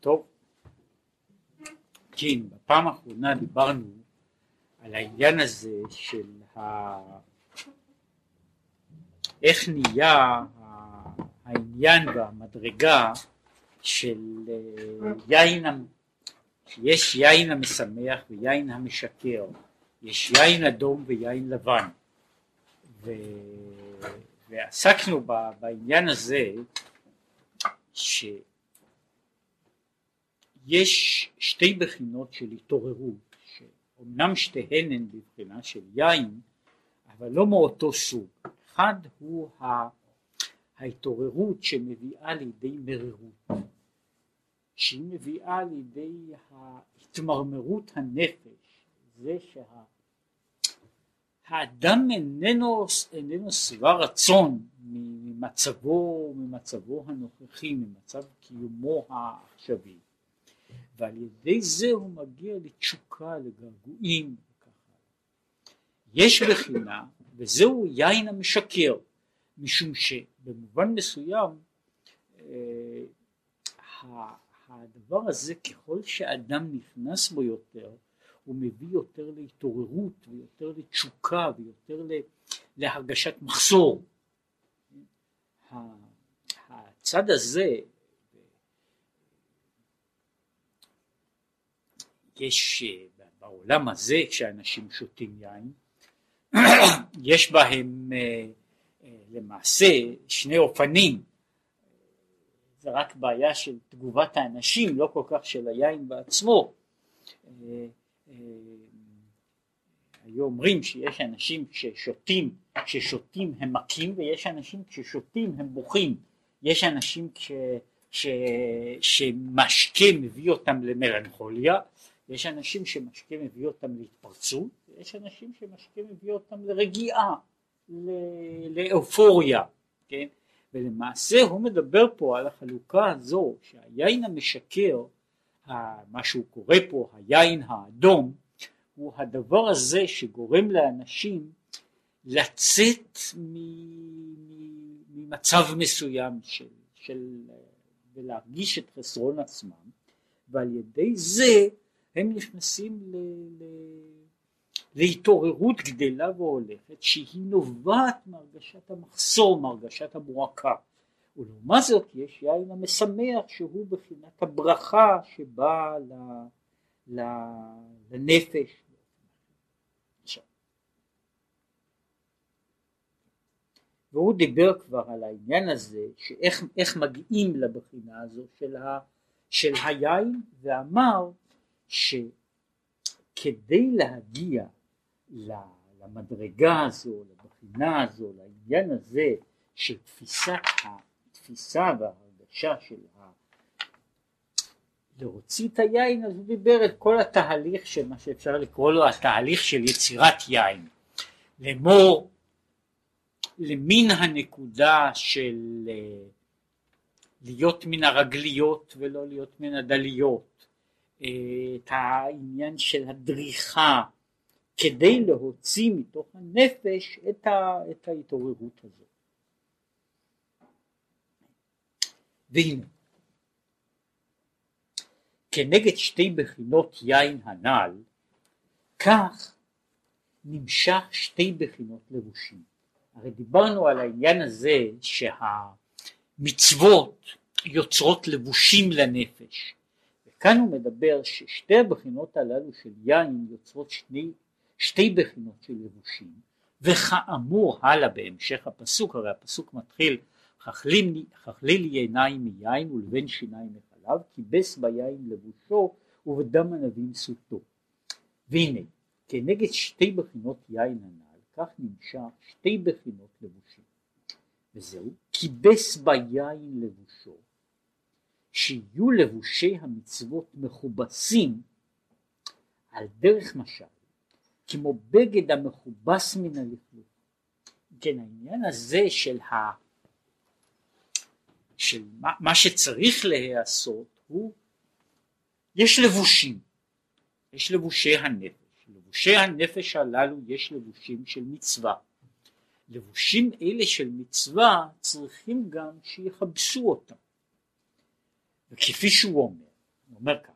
טוב, כן, בפעם האחרונה דיברנו על העניין הזה של איך נהיה העניין והמדרגה של יין, שיש יין המשמח ויין המשקר, יש יין אדום ויין לבן, ועסקנו בעניין הזה שיש שתי בחינות של התעוררות, שאומנם שתיהן הן בבחינה של יין, אבל לא מאותו סוג. אחד הוא ההתעוררות שמביאה לידי מרירות, שהיא מביאה לידי התמרמרות הנפש, זה שהאדם איננו שבע רצון ממצבו הנוכחי, ממצב קיומו העכשווי, ועל ידי זה הוא מגיע לתשוקה, לגעגועים וככה. יש בחינה, וזהו יין המשקר, משום שבמובן מסוים הדבר הזה, ככל שאדם נכנס בו יותר, הוא מביא יותר להתעוררות ויותר לתשוקה ויותר להרגשת מחסור. הצד הזה, יש בעולם הזה, כשאנשים שותים יין, יש בהם למעשה שני אופנים. זה רק בעיה של תגובת האנשים, לא כל כך של היין בעצמו. היו אומרים שיש אנשים כששותים הם מכים, ויש אנשים כששותים הם בוכים. יש אנשים שמשקה מביא אותם למלנכוליה, יש אנשים שמשקה מביא אותם להתפרצות, ויש אנשים שמשקה מביא אותם לרגיעה, לאופוריה, כן? ולמעשה הוא מדבר פה על החלוקה הזו, שהיין המשקר, מה שהוא קורא פה היין האדום, הוא הדבר הזה שגורם לאנשים לצאת ממצב מסוים ולהרגיש את חסרון עצמם, ועל ידי זה הם נכנסים להתעוררות גדלה והולכת, שהיא נובעת מהרגשת המחסור, מהרגשת המועקה. ולעומת זאת יש יין המשמח, שהוא בחינת הברכה שבאה לנפש. והוא דיבר כבר על העניין הזה, שאיך מגיעים לבחינה הזו של היין, ואמר שכדי להגיע למדרגה הזו, לבחינה הזו, לעניין הזה של התפיסה וההרגשה של להוציא את היין, אז הוא דיבר את כל התהליך של מה שאפשר לקרוא לו התהליך של יצירת יין, לאמור למין הנקודה של להיות מן הרגליות ולא להיות מן הדליות, את העניין של הדריכה, כדי להוציא מתוך הנפש את ההתעוררות הזו. והנה, כנגד שתי בחינות יין הנ"ל, כך נמשך שתי בחינות לבושים. הרי דיברנו על העניין הזה שהמצוות יוצרות לבושים לנפש, וכאן הוא מדבר ששתי הבחינות הללו של יין יוצרות שתי בחינות של לבושים, וכאמור הלאה בהמשך הפסוק, הרי הפסוק מתחיל חכלי לי עיניים מיין ולבן שיניים מחלב, כיבס ביין לבושו ובדם ענבים סוטו. והנה, כנגד שתי בחינות יין הנ"ל, כך נמשך שתי בחינות לבושים, וזהו כיבס ביין לבושו, שיהיו לבושי המצוות מכובסים על דרך משל, כמו בגד המכובס מן הלכלוך. כן, העניין הזה של מה שצריך להיעשות הוא, יש לבושים, יש לבושי הנפש. לבושי הנפש הללו יש לבושים של מצווה. לבושים אלה של מצווה צריכים גם שיחבשו אותם. וכפי שהוא אומר, אומר ככה,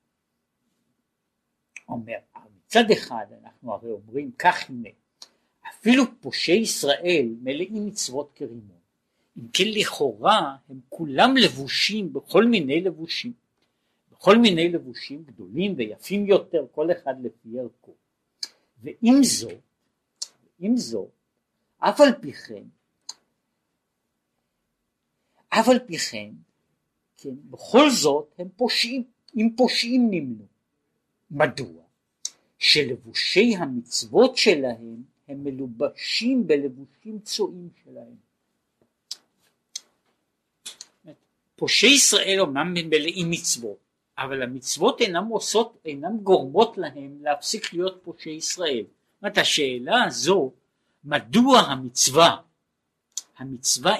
אומר, מצד אחד אנחנו הרי אומרים כך, הנה אפילו פושעי ישראל מלאים מצוות כרימון, אם כן לכאורה הם כולם לבושים בכל מיני לבושים, בכל מיני לבושים גדולים ויפים יותר, כל אחד לפי ערכו. ועם זאת, אף על פי כן, כן, בכל זאת הם פושעים, אם פושעים נמנו. מדוע? שלבושי המצוות שלהם הם מלובשים בלבושים צועים שלהם. פושעי ישראל אומנם מלאים מצוות, אבל המצוות אינם גורמות להם להפסיק להיות פושעי ישראל. זאת אומרת, השאלה הזו, מדוע המצווה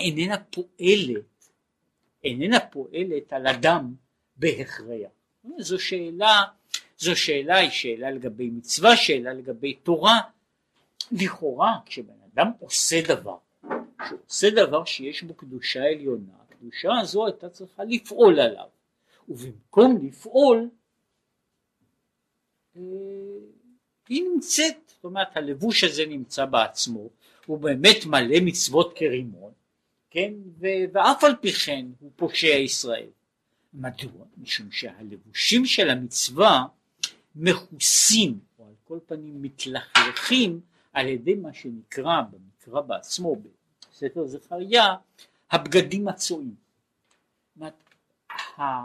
איננה פועלת על אדם בהכרח. זו שאלה, היא שאלה לגבי מצווה, שאלה לגבי תורה. לכאורה כשבן אדם עושה דבר שיש בו קדושה עליונה, הקדושה הזו הייתה צריכה לפעול עליו, ובמקום לפעול היא נמצאת, זאת אומרת הלבוש הזה נמצא בעצמו, הוא באמת מלא מצוות כרימון, כן, ואף על פי כן הוא פושע ישראל. מדוע? משום שהלבושים של המצווה מכוסים, או על כל פנים מתלכלכים, על ידי מה שנקרא במקרא בעצמו בספר זכריה הבגדים הצועים. זאת אומרת,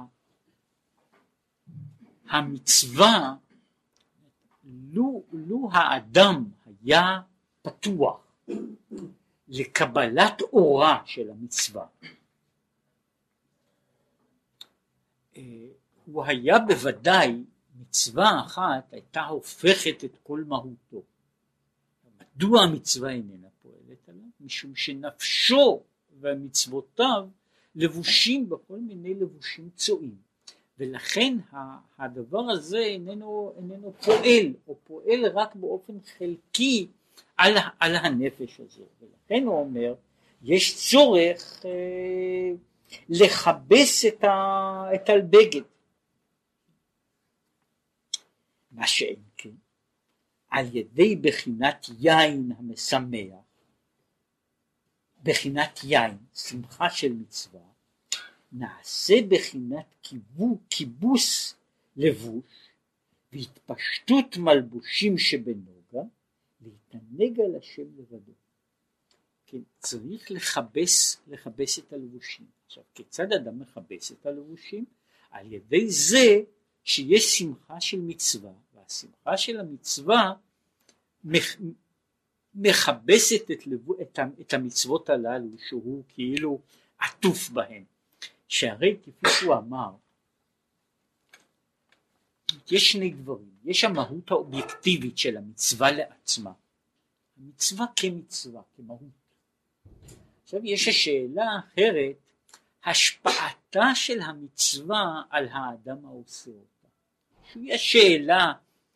המצווה, לו האדם היה פתוח לקבלת אורה של המצווה, הוא היה בוודאי, מצווה אחת הייתה הופכת את כל מהותו. מדוע המצווה איננה פועלת עליו? משום שנפשו ומצוותיו לבושים בכל מיני לבושים צועים, ולכן הדבר הזה איננו פועל, או פועל רק באופן חלקי על הנפש הזו. ולכן הוא אומר, יש צורך לכבס את הבגד. מה שאין כן, על ידי בחינת יין המשמח, בחינת יין, שמחה של מצווה, נעשה בחינת כיבוס לבוש והתפשטות מלבושים שבנוגע, להתענג על השם לבדו. כן, צריך לכבס את הלבושים. עכשיו, כיצד אדם מכבס את הלבושים? על ידי זה שיש שמחה של מצווה, והשמחה של המצווה מכבסת את המצוות הללו שהוא כאילו עטוף בהן. שהרי כפי שהוא אמר, יש שני דברים. יש המהות האובייקטיבית של המצווה לעצמה, המצווה כמצווה, כמהות. עכשיו יש השאלה האחרת, השפעתה של המצווה על האדם העושה אותה. שהיא השאלה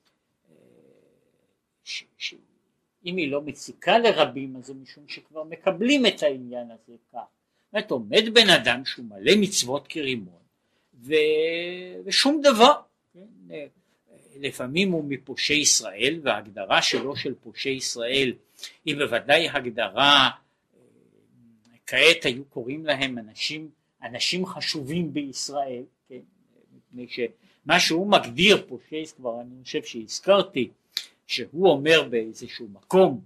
שאם היא לא מציקה לרבים, אז זה משום שכבר מקבלים את העניין הזה כך. זאת אומרת, עומד בן אדם שהוא מלא מצוות כרימון, ושום דבר. כן? לפעמים הוא מפושעי ישראל, וההגדרה שלו של פושעי ישראל היא בוודאי הגדרה, כעת היו קוראים להם אנשים חשובים בישראל, כן? מפני שמה שהוא מגדיר פושעי, כבר אני חושב שהזכרתי, שהוא אומר באיזשהו מקום,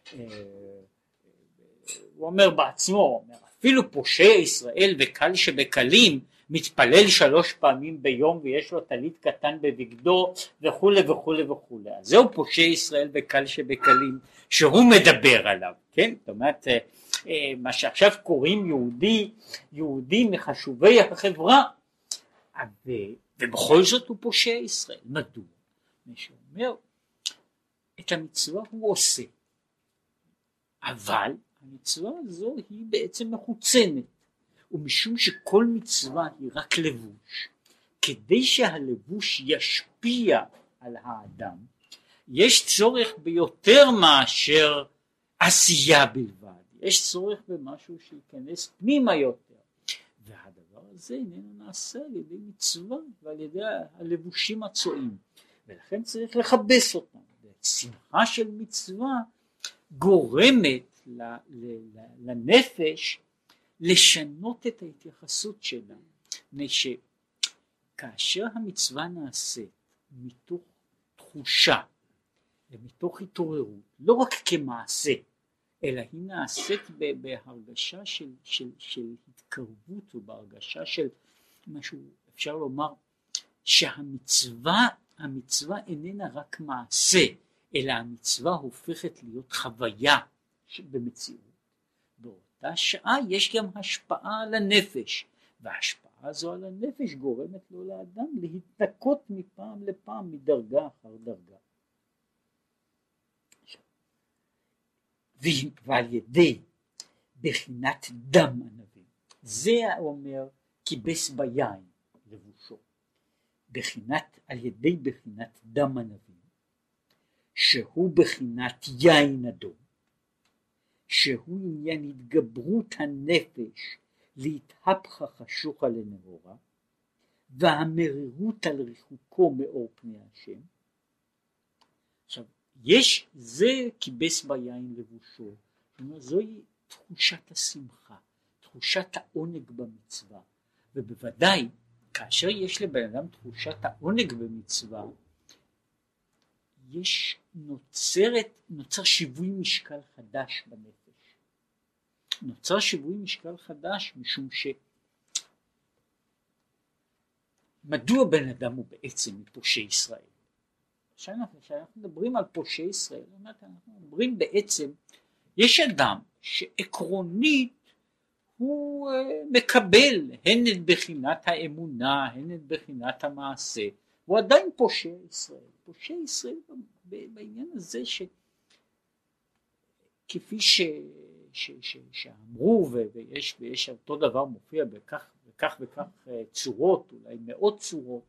הוא אומר בעצמו, אפילו פושע ישראל וקל שבקלים מתפלל 3 פעמים ביום ויש לו טלית קטן בבגדו וכו' וכו' וכו'. אז זהו פושע ישראל וקל שבקלים שהוא מדבר עליו, כן? זאת אומרת, מה שעכשיו קוראים יהודי מחשובי החברה, ובכל זאת הוא פושע ישראל. מדוע? מי שאומר, את המצווה הוא עושה, אבל המצווה הזו היא בעצם מחוצנת, ומשום שכל מצווה היא רק לבוש, כדי שהלבוש ישפיע על האדם, יש צורך ביותר מאשר עשייה בלבד, יש צורך במשהו שיכנס פנימה יותר, והדבר הזה איננו נעשה על ידי מצווה ועל ידי הלבושים הצועים, ולכן צריך לכבס אותם. שמחה של מצווה גורמת לנפש לשנות את ההתייחסות שלה, מפני שכאשר המצווה נעשית מתוך תחושה ומתוך התעוררות, לא רק כמעשה, אלא היא נעשית בהרגשה של התקרבות ובהרגשה של משהו, אפשר לומר שהמצווה איננה רק מעשה, אלא המצווה הופכת להיות חוויה במציאות. באותה שעה יש גם השפעה על הנפש, וההשפעה הזו על הנפש גורמת לו לאדם להתנקות מפעם לפעם, מדרגה אחר דרגה. ועל ידי בחינת דם ענבים, זה אומר כיבס ביין לבושו, על ידי בחינת דם ענבים, שהוא בחינת יין אדום, שהוא עניין התגברות הנפש להתהפכה חשוכה לנאורה, והמרירות על ריחוקו מאור פני השם. עכשיו, זה כיבס ביין לבושו, זוהי תחושת השמחה, תחושת העונג במצווה, ובוודאי כאשר יש לבן אדם תחושת העונג במצווה, נוצר שיווי משקל חדש בנפש. נוצר שיווי משקל חדש משום מדוע בן אדם הוא בעצם מפושעי ישראל? כשאנחנו מדברים על פושעי ישראל, אנחנו מדברים בעצם, יש אדם שעקרונית הוא מקבל הן את בחינת האמונה, הן את בחינת המעשה, הוא עדיין פושע ישראל. פושע ישראל בעניין הזה כפי שאמרו, ויש אותו דבר מופיע בכך וכך צורות, אולי מאות צורות,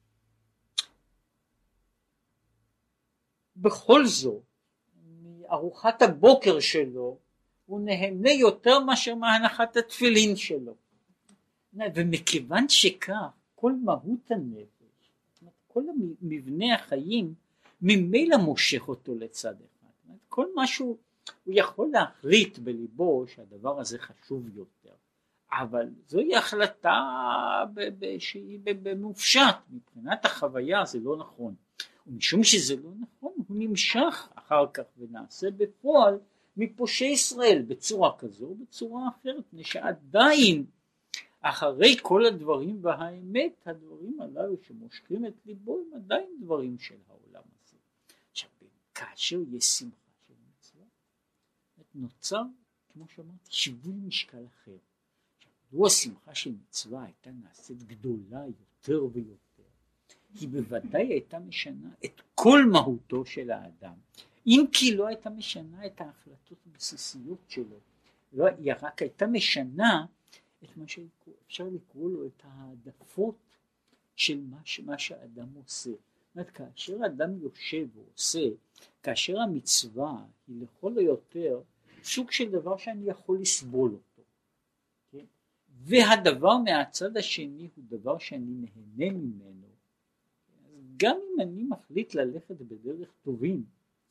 בכל זאת מארוחת הבוקר שלו הוא נהנה יותר מאשר מהנחת התפילין שלו, ומכיוון שכך כל מהות הנפש, כל מבנה החיים ממילא מושך אותו לצד אחד. כל משהו הוא יכול להחליט בליבו שהדבר הזה חשוב יותר, אבל זוהי החלטה שהיא במופשט, מבחינת החוויה זה לא נכון, ומשום שזה לא נכון הוא נמשך אחר כך ונעשה בפועל מפושעי ישראל בצורה כזו ובצורה אחרת, מפני שעדיין אחרי כל הדברים והאמת, הדברים הללו שמושכים את ליבו הם עדיין דברים של העולם הזה. עכשיו, כאשר יש שמחה של מצווה, נוצר, כמו שאמרתי, שיווי משקל אחר. עכשיו, לו השמחה של מצווה הייתה נעשית גדולה יותר ויותר, היא בוודאי הייתה משנה את כל מהותו של האדם, אם כי לא הייתה משנה את ההחלטות הבסיסיות שלו, לא, היא רק הייתה משנה את מה שאפשר לקרוא לו את העדפות של מה שהאדם עושה. זאת אומרת, כאשר האדם יושב ועושה, כאשר המצווה היא לכל היותר סוג של דבר שאני יכול לסבול אותו, כן? והדבר מהצד השני הוא דבר שאני נהנה ממנו, אז גם אם אני מחליט ללכת בדרך טובים,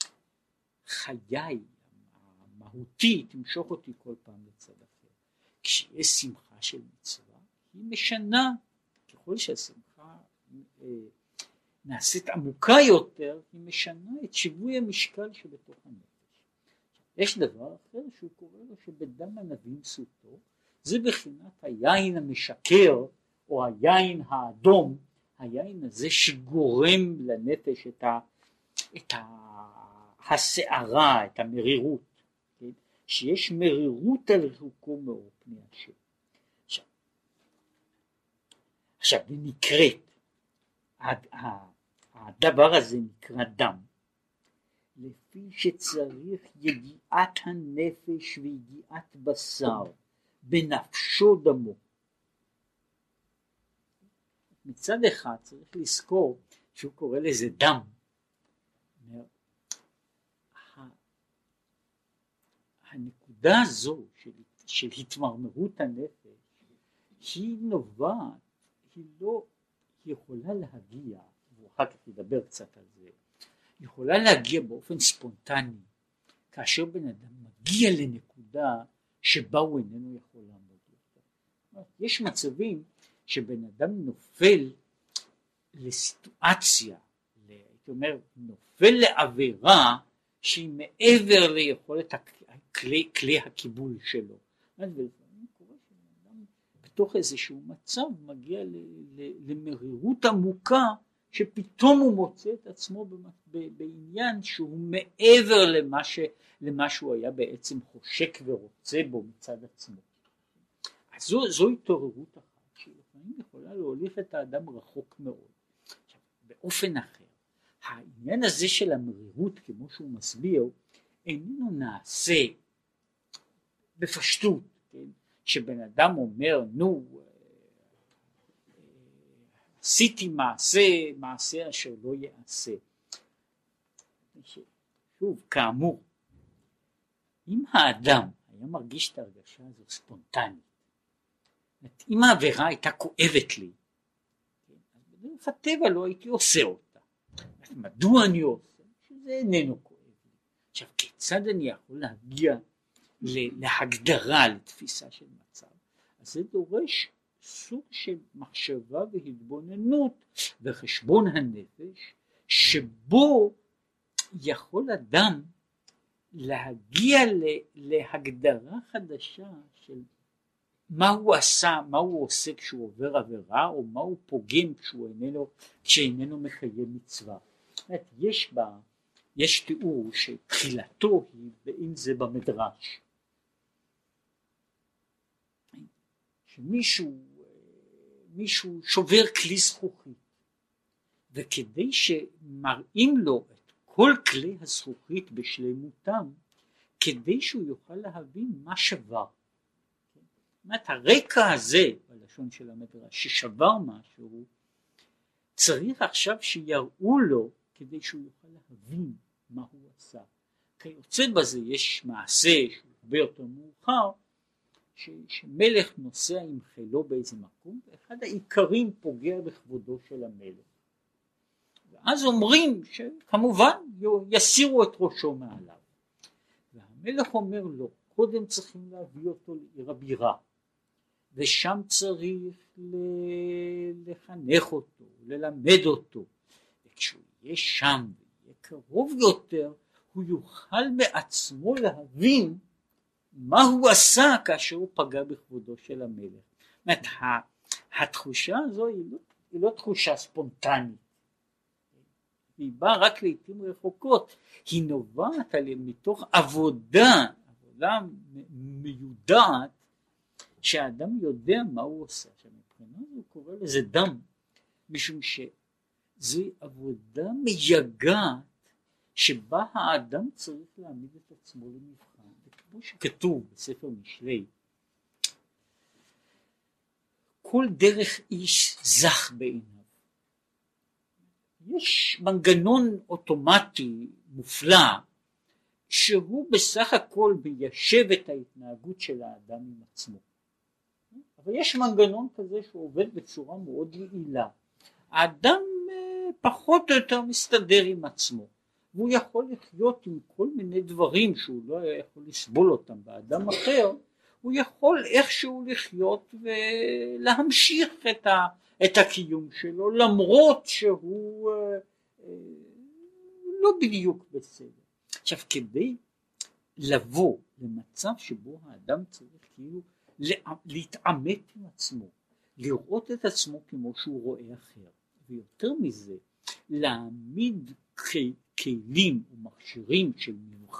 חיי המהותי תמשוך אותי כל פעם לצד אחר. כשיש שמחה של מצווה היא משנה, ככל שהשמחה נעשית עמוקה יותר, היא משנה את שיווי המשקל שבתוך הנפש. יש דבר אחר שהוא קורא לו שבדם ענבים סוטו, זה בחינת היין המשקר או היין האדום, היין הזה שגורם לנפש את הסערה, את המרירות, כן? שיש מרירות על ריחוקו מאור פני השם. עכשיו נקראת, הדבר הזה נקרא דם, לפי שצריך יגיעת הנפש ויגיעת בשר, בנפשו דמו. מצד אחד צריך לזכור שהוא קורא לזה דם, הנקודה הזו של התמרמרות הנפש היא נובעת, היא לא יכולה להגיע, ואחר כך נדבר קצת על זה, היא יכולה להגיע באופן ספונטני, כאשר בן אדם מגיע לנקודה שבה הוא איננו יכול לעמוד יותר. יש מצבים שבן אדם נופל לסיטואציה, הייתי אומר, נופל לעבירה שהיא מעבר ליכולת כלי הקיבול שלו. ולפעמים קורה שבן אדם בתוך איזשהו מצב מגיע למרירות עמוקה, שפתאום הוא מוצא את עצמו בעניין שהוא מעבר למה שהוא היה בעצם חושק ורוצה בו מצד עצמו. אז זו התעוררות אחת שלפעמים יכולה להוליך את האדם רחוק מאוד. באופן אחר, העניין הזה של המרירות כמו שהוא מסביר איננו נעשה בפשטות, כן? שבן אדם אומר נו עשיתי מעשה אשר לא יעשה. שוב, כאמור, אם האדם היה מרגיש את ההרגשה הזו ספונטנית, אם העבירה הייתה כואבת לי, אז בדרך הטבע לא הייתי עושה אותה. מדוע אני עושה? שזה איננו כואב לי. עכשיו, כיצד אני יכול להגיע להגדרה, לתפיסה של מצב? אז זה דורש סוג של מחשבה והתבוננות וחשבון הנפש, שבו יכול אדם להגיע להגדרה חדשה של מה הוא עשה, מה הוא עושה כשהוא עובר עבירה, או מה הוא פוגם כשאיננו מקיים מצווה. יש תיאור שתחילתו היא אם זה במדרש, שמישהו שובר כלי זכוכית, וכדי שמראים לו את כל כלי הזכוכית בשלמותם, כדי שהוא יוכל להבין מה שבר. זאת אומרת, הרקע הזה, בלשון של המדרש, ששבר משהו, צריך עכשיו שיראו לו, כדי שהוא יוכל להבין מה הוא עשה. כיוצא בזה יש מעשה שהוא הרבה יותר מאוחר, שמלך נוסע עם חילו באיזה מקום, ואחד העיקרים פוגע בכבודו של המלך. ואז אומרים שכמובן יסירו את ראשו מעליו. והמלך אומר לו, קודם צריכים להביא אותו לעיר הבירה, ושם צריך לחנך אותו, ללמד אותו. וכשהוא יהיה שם ויהיה קרוב יותר, הוא יוכל בעצמו להבין מה הוא עשה כאשר הוא פגע בכבודו של המלך. זאת אומרת, התחושה הזו היא לא תחושה ספונטנית, היא באה רק לעתים רחוקות, היא נובעת מתוך עבודה מיודעת, שהאדם יודע מה הוא עושה. מבחינה הוא קורא לזה דם, משום שזו עבודה מייגעת, שבה האדם צריך להעמיד את עצמו למבחן. כמו שכתוב בספר משלי, כל דרך איש זך בעיניו. יש מנגנון אוטומטי מופלא, שהוא בסך הכל מיישב את ההתנהגות של האדם עם עצמו. אבל יש מנגנון כזה שהוא עובד בצורה מאוד יעילה. האדם פחות או יותר מסתדר עם עצמו, והוא יכול לחיות עם כל מיני דברים שהוא לא היה יכול לסבול אותם באדם אחר, הוא יכול איכשהו לחיות ולהמשיך את הקיום שלו, למרות שהוא לא בדיוק בסדר. עכשיו, כדי לבוא למצב שבו האדם צריך כאילו להתעמת עם עצמו, לראות את עצמו כמו שהוא רואה אחר, ויותר מזה, להעמיד כלים ומכשירים של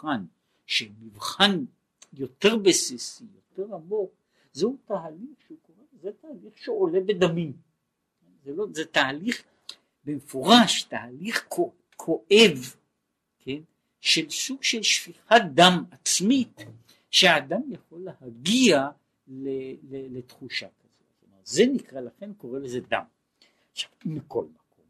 מבחן יותר בסיסי, יותר עמוק, זהו תהליך שהוא קורא, זה תהליך שעולה בדמים. זה תהליך במפורש, תהליך כואב, כן? של סוג של שפיכת דם עצמית, שהאדם יכול להגיע לתחושה כזאת. זה נקרא, לכן קורא לזה דם. עכשיו, מכל מקום,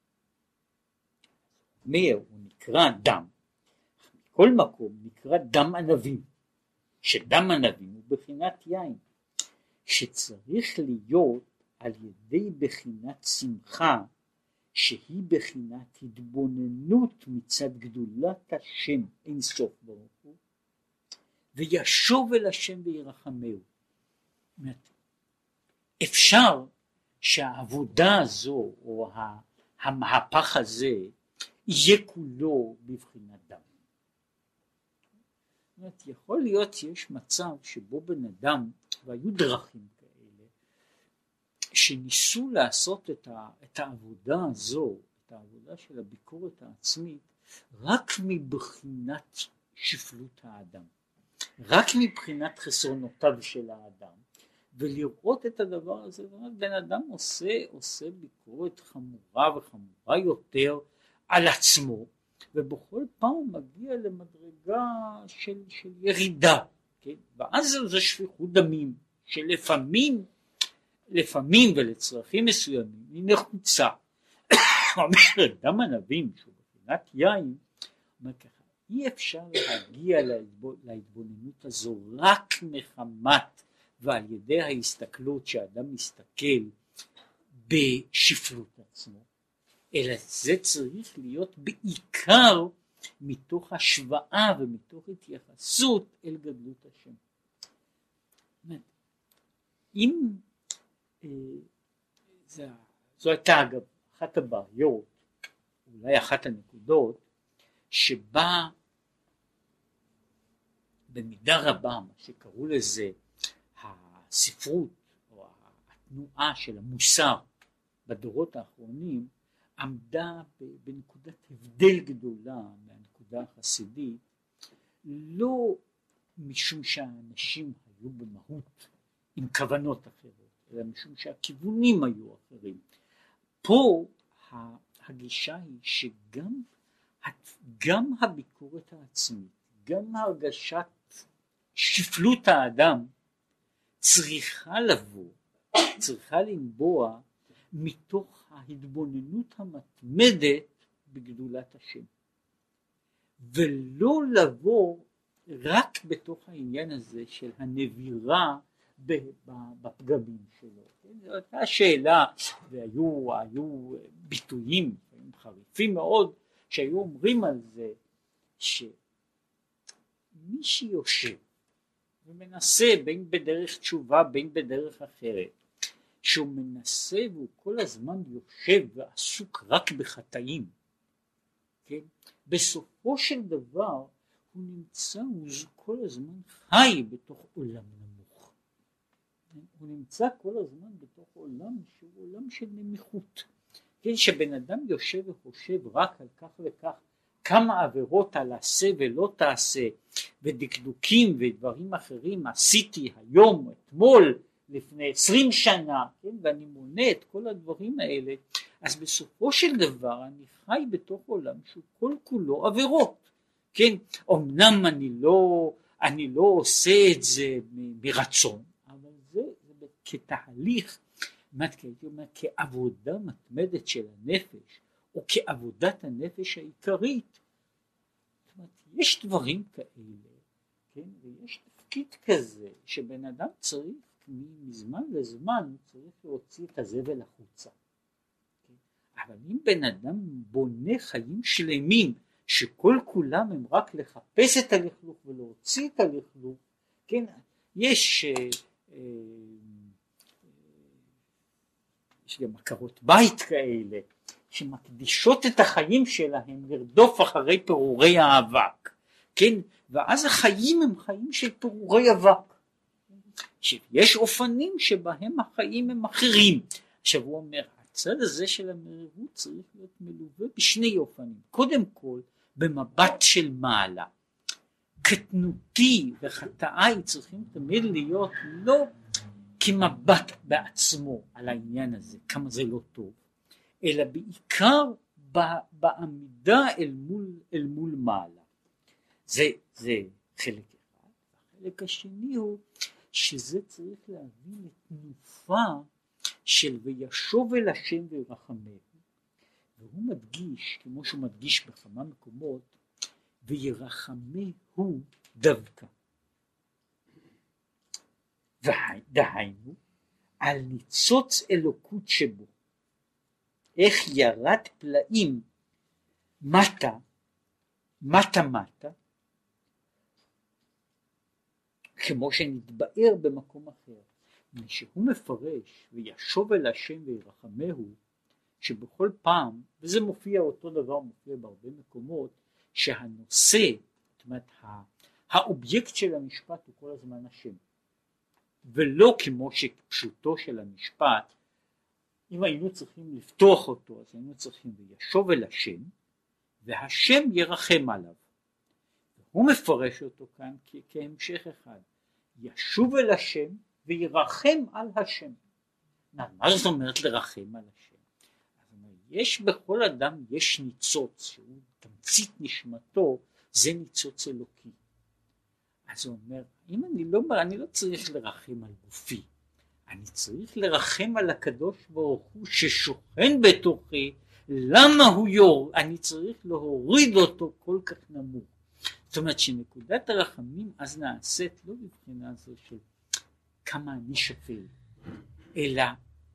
הוא נקרא דם, מכל מקום נקרא דם ענבים, שדם ענבים הוא בחינת יין. שצריך להיות על ידי בחינת שמחה, שהיא בחינת התבוננות מצד גדולת השם אין סוף ברוך הוא, וישוב אל השם וירחמהו. אפשר שהעבודה הזו או המהפך הזה יהיה כולו בבחינת דם. זאת אומרת, יכול להיות שיש מצב שבו בן אדם, והיו דרכים כאלה, שניסו לעשות את העבודה הזו, את העבודה של הביקורת העצמית, רק מבחינת שפלות האדם, רק מבחינת חסרונותיו של האדם, ולראות את הדבר הזה. בן אדם עושה ביקורת חמורה וחמורה יותר על עצמו, ובכל פעם מגיע למדרגה של ירידה, כן? ואז זה שפיכות דמים שלפעמים ולצרכים מסוימים היא נחוצה. אומר דם ענבים שהוא בחינת יין, אומר ככה, אי אפשר להגיע להתבוננות הזו רק מחמת ועל ידי ההסתכלות שאדם מסתכל בשפלות עצמו, אלא זה צריך להיות בעיקר מתוך השוואה ומתוך התייחסות אל גדלות השם. אם זו הייתה אגב אחת הבעיות, אולי אחת הנקודות, שבה במידה רבה מה שקראו לזה הספרות או התנועה של המוסר בדורות האחרונים, עמדה בנקודת הבדל גדולה מהנקודה החסידית, לא משום שהאנשים היו במהות עם כוונות אחרות, אלא משום שהכיוונים היו אחרים. פה הגישה היא שגם הביקורת העצמית, גם הרגשת שפלות האדם צריכה לנבוע מתוך ההתבוננות המתמדת בגדולת השם, ולא לבוא רק בתוך העניין הזה של הנבירה בפגמים שלו. זו הייתה שאלה, והיו ביטויים חריפים מאוד שהיו אומרים על זה, שמי שיושב ומנסה בין בדרך תשובה בין בדרך אחרת, שהוא מנסה והוא כל הזמן יושב ועסוק רק בחטאים, כן? בסופו של דבר הוא כל הזמן חי בתוך עולם נמוך, הוא נמצא כל הזמן בתוך עולם שהוא עולם של נמיכות, כן? שבן אדם יושב וחושב רק על כך וכך, כמה עבירות על עשה ולא תעשה, ודקדוקים ודברים אחרים עשיתי היום, אתמול, לפני 20 שנה, כן? ואני מונה את כל הדברים האלה, אז בסופו של דבר אני חי בתוך עולם שהוא כל כולו עבירות, כן? אמנם אני לא עושה את זה מרצון, אבל זה כתהליך, כעבודה מתמדת של הנפש, או כעבודת הנפש העיקרית. זאת אומרת, יש דברים כאלה, כן? ויש תפקיד כזה שבן אדם צריך מזמן לזמן צריך להוציא את הזבל החוצה, כן? אבל אם בן אדם בונה חיים שלמים שכל כולם הם רק לחפש את הלכלוך ולהוציא את הלכלוך, כן? יש גם עקרות בית כאלה שמקדישות את החיים שלהם לרדוף אחרי פירורי האבק, כן? ואז החיים הם חיים של פירורי אבק. יש אופנים שבהם החיים הם אחרים. עכשיו הוא אומר, הצד הזה של המרירות צריך להיות מלווה בשני אופנים. קודם כל, במבט של מעלה. קטנותי וחטאי צריכים תמיד להיות לא כמבט בעצמו על העניין הזה, כמה זה לא טוב, אלא בעיקר בעמידה אל מול מעלה. זה חלק אחד. החלק השני הוא שזה צריך להביא לתנופה של וישוב אל השם וירחמהו, והוא מדגיש, כמו שהוא מדגיש בכמה מקומות, וירחמהו דווקא. דהיינו על ניצוץ אלוקות שבו, איך ירד פלאים מטה כמו שנתבאר במקום אחר. שהוא מפרש וישוב אל השם וירחמהו, שבכל פעם, וזה מופיע אותו דבר, מופיע בהרבה מקומות, שהנושא, זאת אומרת האובייקט של המשפט הוא כל הזמן השם, ולא כמו שפשוטו של המשפט, אם היינו צריכים לפתוח אותו אז היינו צריכים וישוב אל השם והשם ירחם עליו. הוא מפרש אותו כאן כהמשך אחד, ישוב אל השם וירחם על השם. מה זאת אומרת לרחם על השם? יש בכל אדם יש ניצוץ שהוא תמצית נשמתו, זה ניצוץ אלוקי. אז הוא אומר, אם אני לא צריך לרחם על גופי, אני צריך לרחם על הקדוש ברוך הוא ששוכן בתוכי. למה אני צריך להוריד אותו כל כך נמוך. זאת אומרת שנקודת הרחמים אז נעשית לא בבחינה זו של כמה אני שפל, אלא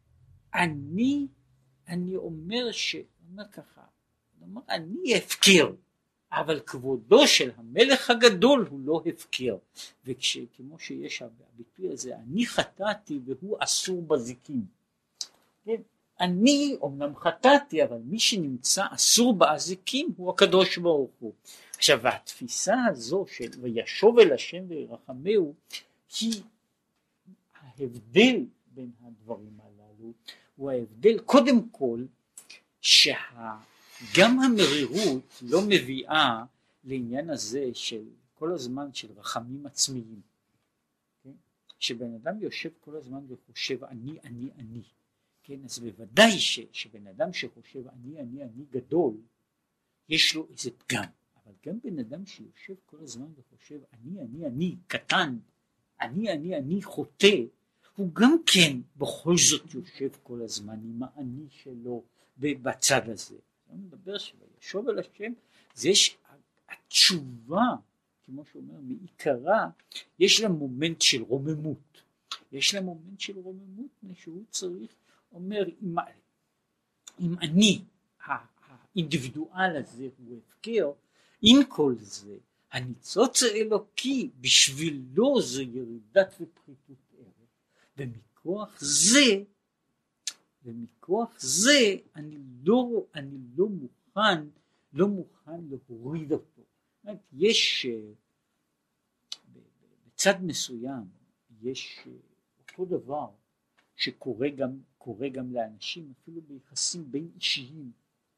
אני אומר ככה, אני הפקר, אבל כבודו של המלך הגדול הוא לא הפקר. וכמו שיש הביטוי הזה, אני חטאתי והוא אסור בזיקים. כן? אני אומנם חטאתי, אבל מי שנמצא אסור באזיקים הוא הקדוש ברוך הוא. עכשיו התפיסה הזו של וישוב אל השם וירחמהו, היא ההבדל בין הדברים הללו, הוא ההבדל קודם כל שגם המרירות לא מביאה לעניין הזה של כל הזמן של רחמים עצמיים, כן? שבן אדם יושב כל הזמן וחושב אני, כן? אז בוודאי שבן אדם שחושב אני גדול יש לו איזה פגם, אבל גם בן אדם שיושב כל הזמן וחושב אני קטן, אני חוטא, הוא גם כן בכל זאת יושב כל הזמן עם האני שלו בצד הזה. אני מדבר שישוב אל השם, זה התשובה, כמו שאומר, מעיקרה, יש לה מומנט של רוממות. שהוא צריך, אומר, אם אני, האינדיבידואל הזה הוא הפקר, עם כל זה, הניצוץ האלוקי בשבילו זה ירידת ופחיתות ערך, ומכוח זה אני לא מוכן להוריד אותו. יש בצד מסוים יש אותו דבר שקורה גם לאנשים אפילו ביחסים בין אישיים.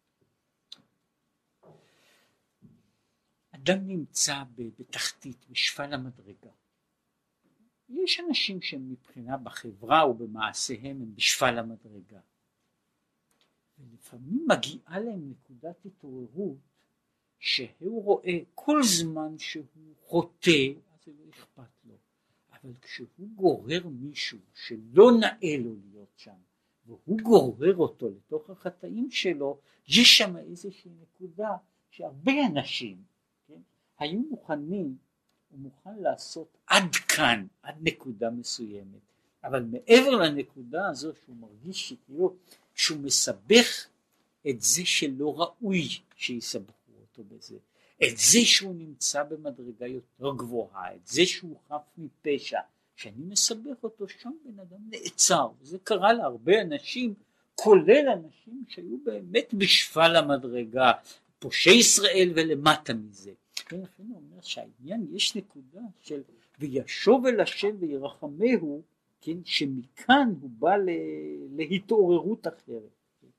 אדם נמצא בתחתית, בשפל המדרגה. יש אנשים שהם מבחינה בחברה ובמעשיהם הם בשפל המדרגה. ולפעמים מגיעה להם נקודת התעוררות שהוא רואה כל זמן שהוא חוטא, אז זה לא אכפת לו. אבל כשהוא גורר מישהו שלא נאה לו להיות שם, והוא גורר אותו לתוך החטאים שלו, יש שם איזושהי נקודה שהרבה אנשים, כן, היו מוכן לעשות עד כאן, עד נקודה מסוימת, אבל מעבר לנקודה הזו שהוא מרגיש שכאילו שהוא מסבך את זה שלא ראוי שיסבכו אותו בזה, את זה שהוא נמצא במדרגה יותר גבוהה, את זה שהוא חף מפשע, שאני מסבך אותו, שם בן אדם נעצר. זה קרה להרבה אנשים, כולל אנשים שהיו באמת בשפל המדרגה, פושעי ישראל ולמטה מזה. ולכן הוא אומר שהעניין יש נקודה של וישוב אל השם וירחמהו, כן, שמכאן הוא בא להתעוררות אחרת.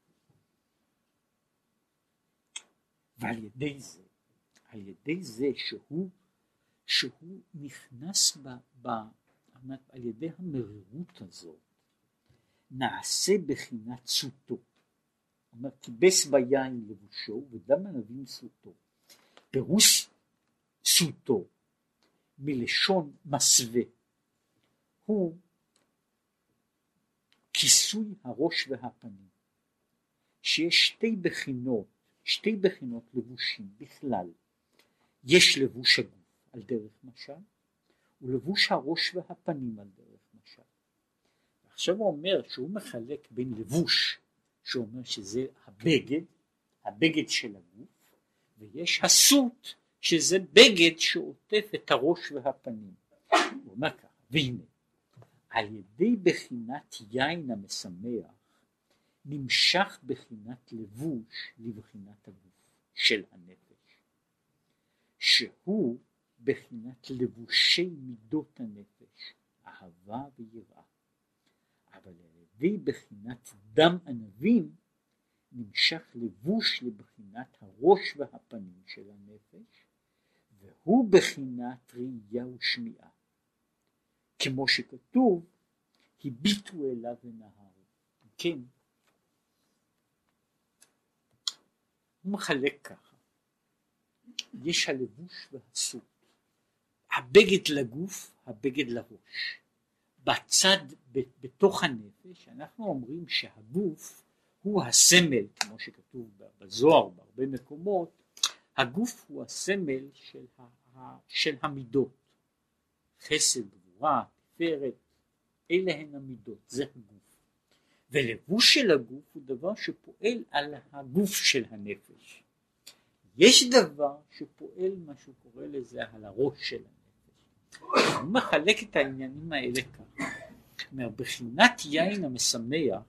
ועל ידי זה שהוא נכנס על ידי המרירות הזאת, נעשה בחינת סוטו. אומר כיבס ביין לבושו ודם ענבים סוטו. פירוש סוטו מלשון מסווה הוא כיסוי הראש והפנים, שיש שתי בחינות לבושים בכלל. יש לבוש הגוף על דרך משל, ולבוש הראש והפנים על דרך משל. עכשיו הוא אומר שהוא מחלק בין לבוש, שהוא אומר שזה הבגד של הגוף, ויש הסות, שזה בגד שעוטף את הראש והפנים. הוא אומר ככה, והנה, על ידי בחינת יין המשמח, נמשך בחינת לבוש לבחינת הגוף של הנפש, שהוא בחינת לבושי מידות הנפש, אהבה ויראה. אבל על ידי בחינת דם ענבים, נמשך לבוש לבחינת הראש והפנים של הנפש, והוא בחינת ראייה ושמיעה. כמו שכתוב, הביטו אליו ונהרו. כן, הוא מחלק ככה, יש הלבוש והסות, הבגד לגוף, הבגד לראש. בצד, בתוך הנפש, אנחנו אומרים שהגוף הוא הסמל, כמו שכתוב בזוהר בהרבה מקומות, הגוף הוא הסמל של המידות, חסד, גבורה, תפארת, אלה הן המידות, זה הגוף. ולבוש של הגוף הוא דבר שפועל על הגוף של הנפש. יש דבר שפועל, מה שהוא קורא לזה, על הראש של הנפש. הוא מחלק את העניינים האלה ככה. מבחינת יין המשמח,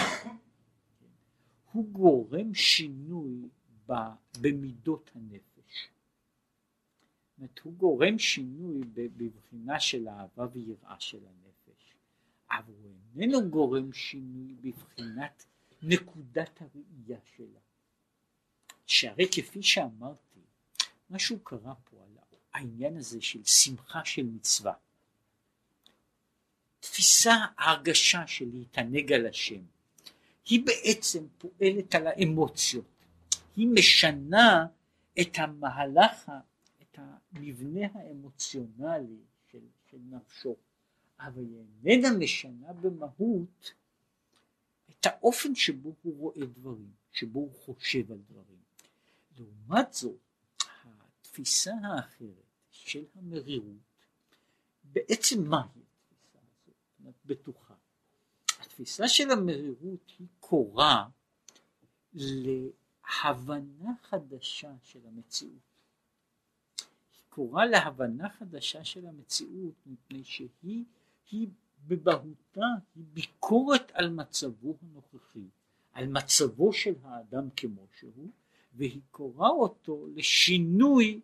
הוא גורם שינוי במידות הנפש. זאת אומרת, הוא גורם שינוי בבחינה של אהבה ויראה של הנפש. אבל הוא איננו גורם שינוי בבחינת נקודת הראייה שלה. שהרי כפי שאמרתי, משהו קרה פה על העניין הזה של שמחה של מצווה. תפיסה, ההרגשה של להתענג על השם, היא בעצם פועלת על האמוציות. היא משנה את המהלך, את המבנה האמוציונלי של נפשו. אבל היא איננה משנה במהות את האופן שבו הוא רואה דברים, שבו הוא חושב על דברים. לעומת זאת, התפיסה האחרת של המרירות, בעצם מהי התפיסה הזאת? זאת אומרת, בטוחה. התפיסה של המרירות היא קוראה להבנה חדשה של המציאות. היא קוראה להבנה חדשה של המציאות, מפני שהיא בבהותה, היא ביקורת על מצבו הנוכחי, על מצבו של האדם כמו שהוא, והיא קוראה אותו לשינוי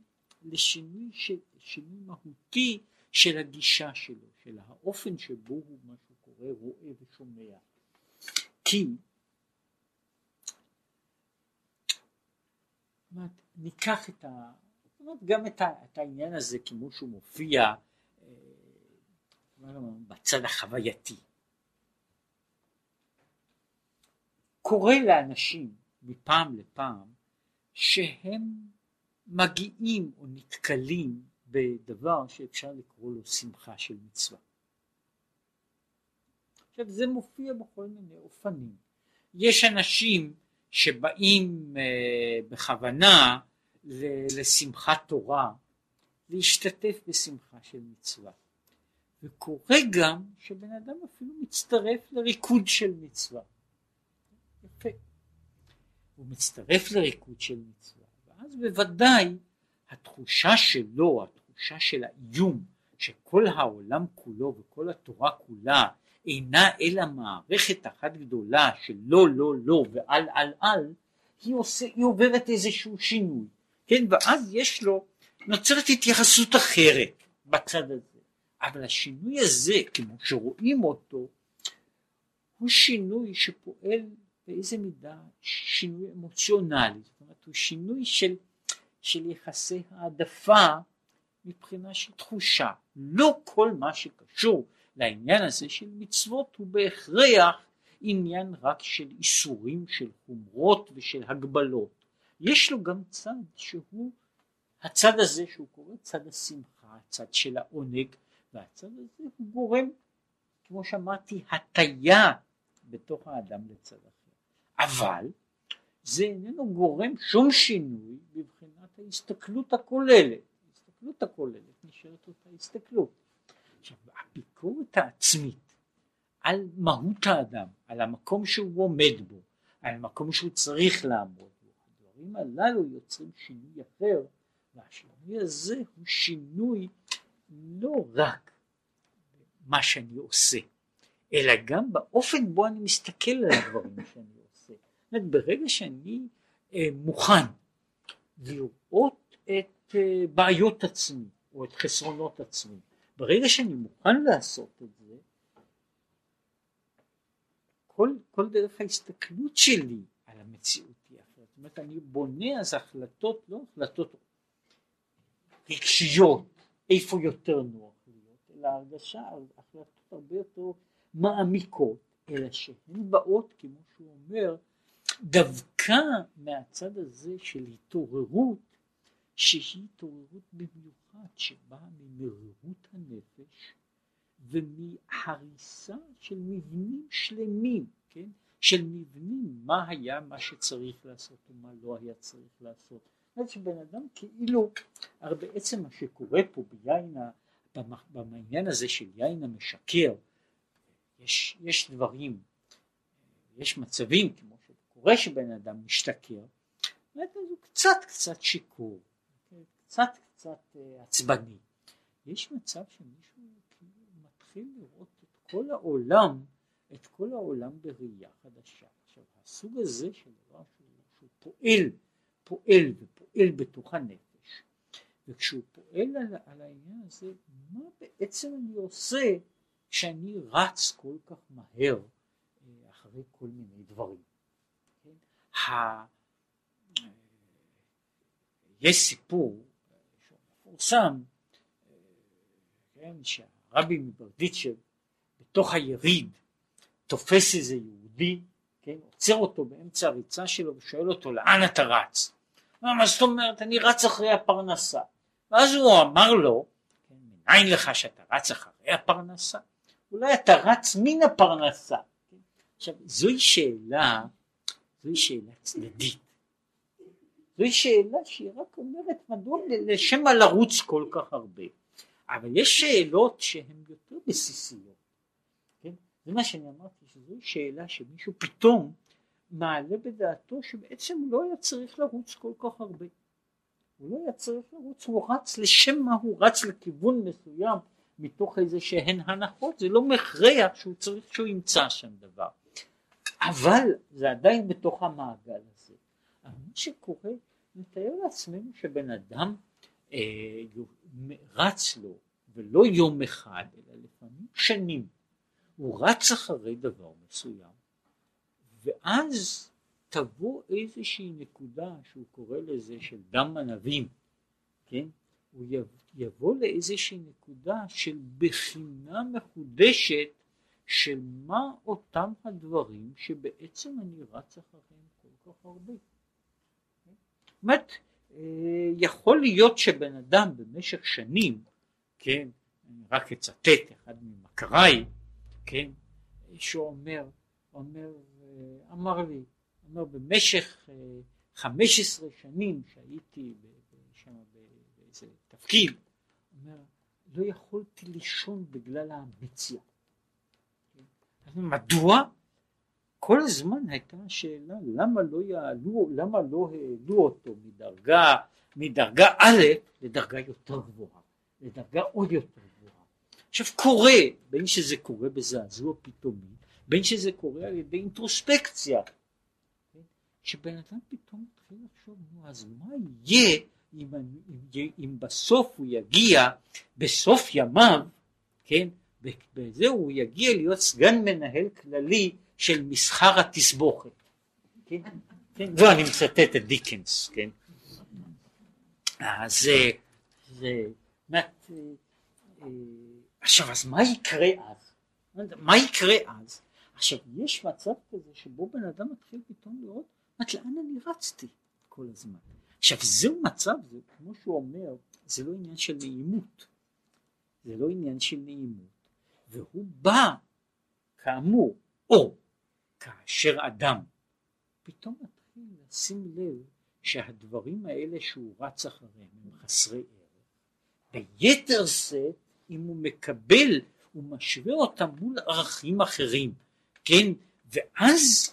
מהותי של הגישה שלו, של האופן שבו הוא, מה שהוא קורא, רואה ושומע. כי ניקח גם את העניין הזה כמו שהוא מופיע בצד החווייתי. קורה לאנשים מפעם לפעם שהם מגיעים או נתקלים בדבר שאפשר לקרוא לו שמחה של מצווה. עכשיו זה מופיע בכל מיני אופנים. יש אנשים שבאים בכוונה לשמחת תורה, להשתתף בשמחה של מצווה. וקורה גם שבן אדם אפילו מצטרף לריקוד של מצווה. יפה. הוא מצטרף לריקוד של מצווה, ואז בוודאי התחושה שלו, התחושה של האיום, שכל העולם כולו וכל התורה כולה אינה אלא מערכת אחת גדולה של לא לא לא ועל על על, היא עוברת איזשהו שינוי, כן? ואז יש לו, נוצרת התייחסות אחרת בצד הזה. אבל השינוי הזה, כמו שרואים אותו, הוא שינוי שפועל באיזה מידה שינוי אמוציונלי. זאת אומרת, הוא שינוי של יחסי העדפה מבחינה של תחושה. לא כל מה שקשור לעניין הזה של מצוות הוא בהכרח עניין רק של איסורים, של חומרות ושל הגבלות. יש לו גם צד שהוא, הצד הזה שהוא קורא צד השמחה, הצד של העונג, והצד הזה הוא גורם, כמו שאמרתי, הטיה בתוך האדם לצד אחר. אבל זה איננו גורם שום שינוי בבחינת ההסתכלות הכוללת. ההסתכלות הכוללת נשארת אותה הסתכלות. עכשיו, הביקורת העצמית על מהות האדם, על המקום שהוא עומד בו, על המקום שהוא צריך לעמוד בו. הדברים הללו יוצרים שינוי אחר, והשינוי הזה הוא שינוי לא רק מה שאני עושה, אלא גם באופן בו אני מסתכל על הדברים שאני עושה. זאת אומרת, ברגע שאני מוכן לראות את בעיות עצמי או את חסרונות עצמי, ברגע שאני מוכן לעשות את זה, כל דרך ההסתכלות שלי על המציאות היא אחרת. זאת אומרת, אני בונה אז החלטות, לא החלטות רגשיות, איפה יותר נוח להיות, אלא הרגשה, החלטות הרבה יותר מעמיקות, אלא שהן באות, כמו שהוא אומר, דווקא מהצד הזה של התעוררות, שהיא התעוררות במיוחד, שבאה ממרירות הנפש, ומהריסה של מבנים שלמים, כן? של מבנים, מה היה מה שצריך לעשות ומה לא היה צריך לעשות. זאת אומרת שבן אדם כאילו, הרי בעצם מה שקורה פה ביין, בעניין הזה של יין המשקר, יש דברים, יש מצבים כמו שקורה שבן אדם משתכר, אז הוא קצת שיכור, קצת עצבני. יש מצב שמישהו מתחיל לראות את כל העולם בראייה חדשה. עכשיו הסוג הזה של דבר שהוא פועל בתוך הנפש, וכשהוא פועל על העניין הזה, מה בעצם אני עושה שאני רץ כל כך מהר אחרי כל מיני דברים. יש סיפור מפורסם, כן, שהרבי מברדיצ'ב בתוך היריד תופס איזה יהודי, כן, עוצר אותו באמצע הריצה שלו ושואל אותו, לאן אתה רץ? מה זאת אומרת? אני רץ אחרי הפרנסה. ואז הוא אמר לו, כן, מניין לך שאתה רץ אחרי הפרנסה? אולי אתה רץ מן הפרנסה. כן? עכשיו זוהי שאלה צדדית. זוהי שאלה שהיא רק אומרת מדוע לשם מה לרוץ כל כך הרבה. אבל יש שאלות שהן יותר בסיסיות. כן? זה מה שאני אמרתי, שזוהי שאלה שמישהו פתאום מעלה בדעתו שבעצם הוא לא היה צריך לרוץ כל כך הרבה. הוא לא היה צריך לרוץ, הוא רץ לשם מה, הוא רץ לכיוון מסוים מתוך איזה שהן הנחות, זה לא מכריח שהוא צריך שהוא ימצא שם דבר. אבל זה עדיין בתוך המעגל הזה. אבל מה שקורה, נתאר לעצמנו שבן אדם רץ לו, ולא יום אחד, אלא לפעמים שנים, הוא רץ אחרי דבר מסוים, ואז תבוא איזושהי נקודה שהוא קורא לזה של דם ענבים, כן? הוא יבוא לאיזושהי נקודה של בחינה מחודשת של מה אותם הדברים שבעצם אני רץ אחריהם כל כך הרבה. זאת אומרת, יכול להיות שבן אדם במשך שנים, כן, אני רק אצטט אחד ממכריי, כן, שאומר, אמר לי, במשך 15 שנים שהייתי שם באיזה תפקיד, אומר, לא יכולתי לישון בגלל האמביציה. מדוע? כל הזמן הייתה השאלה למה לא העלו אותו מדרגה א' לדרגה יותר גבוהה, לדרגה עוד יותר גבוהה. עכשיו קורה, בין שזה קורה בזעזוע פתאומי, בין שזה קורה על ידי אינטרוספקציה, שבן אדם פתאום מתחיל לחשוב, אז מה יהיה אם בסוף הוא יגיע, בסוף ימיו, כן, בזה הוא יגיע להיות סגן מנהל כללי של מסחר התסבוכת, כן? כן? ואני מצטט את דיקנס, כן? אז עכשיו, אז מה יקרה אז? מה יקרה אז? עכשיו, יש מצב כזה שבו בן אדם מתחיל פתאום לראות, לאן אני רצתי כל הזמן. עכשיו, זהו מצב, זה, כמו שהוא אומר, זה לא עניין של נעימות. זה לא עניין של נעימות. והוא בא, כאמור, או כאשר אדם פתאום מתחיל לשים לב שהדברים האלה שהוא רץ אחריהם הם חסרי ערך. ביתר שאת, אם הוא הוא משווה אותם מול ערכים אחרים, כן, ואז